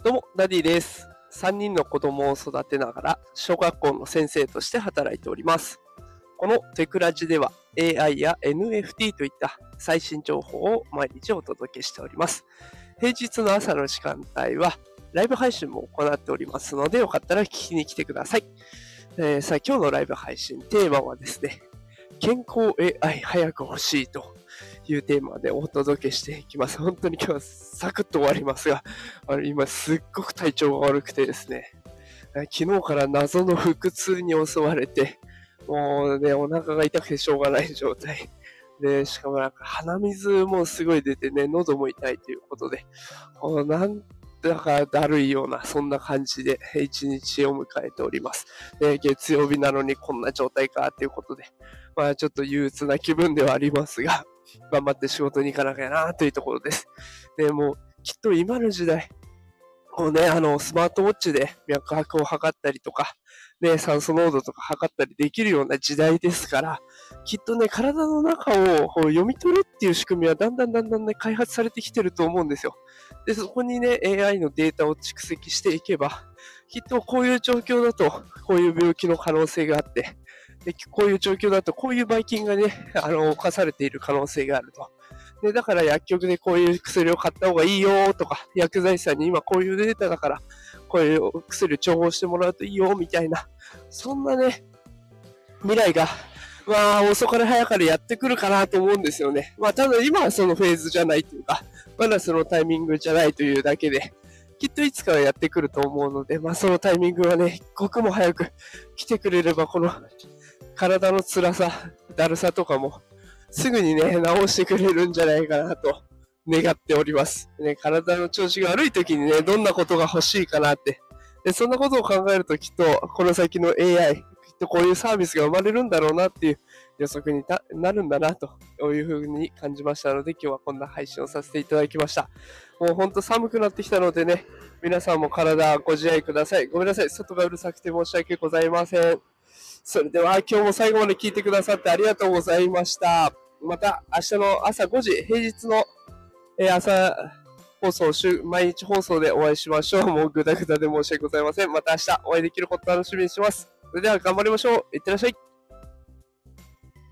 どうも、ダディです。3人の子供を育てながら、小学校の先生として働いております。このテクラジでは、AI や NFT といった最新情報を毎日お届けしております。平日の朝の時間帯は、ライブ配信も行っておりますので、よかったら聞きに来てください。さあ、今日のライブ配信、テーマはですね、健康 AI 早く欲しいというテーマでお届けしていきます。本当に今日はサクッと終わりますが、今すっごく体調が悪くてですね、昨日から謎の腹痛に襲われて、もうね、お腹が痛くてしょうがない状態。で、しかもなんか鼻水もすごい出てね、喉も痛いということで、なんだかだるいような、そんな感じで一日を迎えております。で、月曜日なのにこんな状態かということで、ちょっと憂鬱な気分ではありますが、頑張って仕事に行かなきゃなというところです。で、もう、きっと今の時代、こうね、スマートウォッチで脈拍を測ったりとか、ね、酸素濃度とか測ったりできるような時代ですから、きっとね、体の中を読み取るっていう仕組みはだんだんね、開発されてきてると思うんですよ。で、そこにね、AI のデータを蓄積していけば、きっとこういう状況だと、こういう病気の可能性があって、でこういう状況だと、こういうばい菌がね、侵されている可能性があると。で、だから薬局でこういう薬を買った方がいいよとか、薬剤師さんに今こういうデータだから、こういう薬を重宝してもらうといいよみたいな、そんなね、未来が、遅かれ早かれやってくるかなと思うんですよね。ただ今はそのフェーズじゃないというか、まだそのタイミングじゃないというだけで、きっといつかはやってくると思うので、そのタイミングはね、一刻も早く来てくれれば、この体の辛さ、だるさとかも、すぐにね、治してくれるんじゃないかなと願っております。ね、体の調子が悪い時にね、どんなことが欲しいかなって。で、そんなことを考えるときっと、この先の AI、きっとこういうサービスが生まれるんだろうなっていう予測になるんだなというふうに感じましたので、今日はこんな配信をさせていただきました。もうほんと寒くなってきたのでね、皆さんも体ご自愛ください。ごめんなさい。外がうるさくて申し訳ございません。それでは今日も最後まで聞いてくださってありがとうございました。また明日の朝5時、平日の朝放送、毎日放送でお会いしましょう。もうぐだぐだで申し訳ございません。また明日お会いできることを楽しみにしてます。それでは頑張りましょう。いってらっしゃい。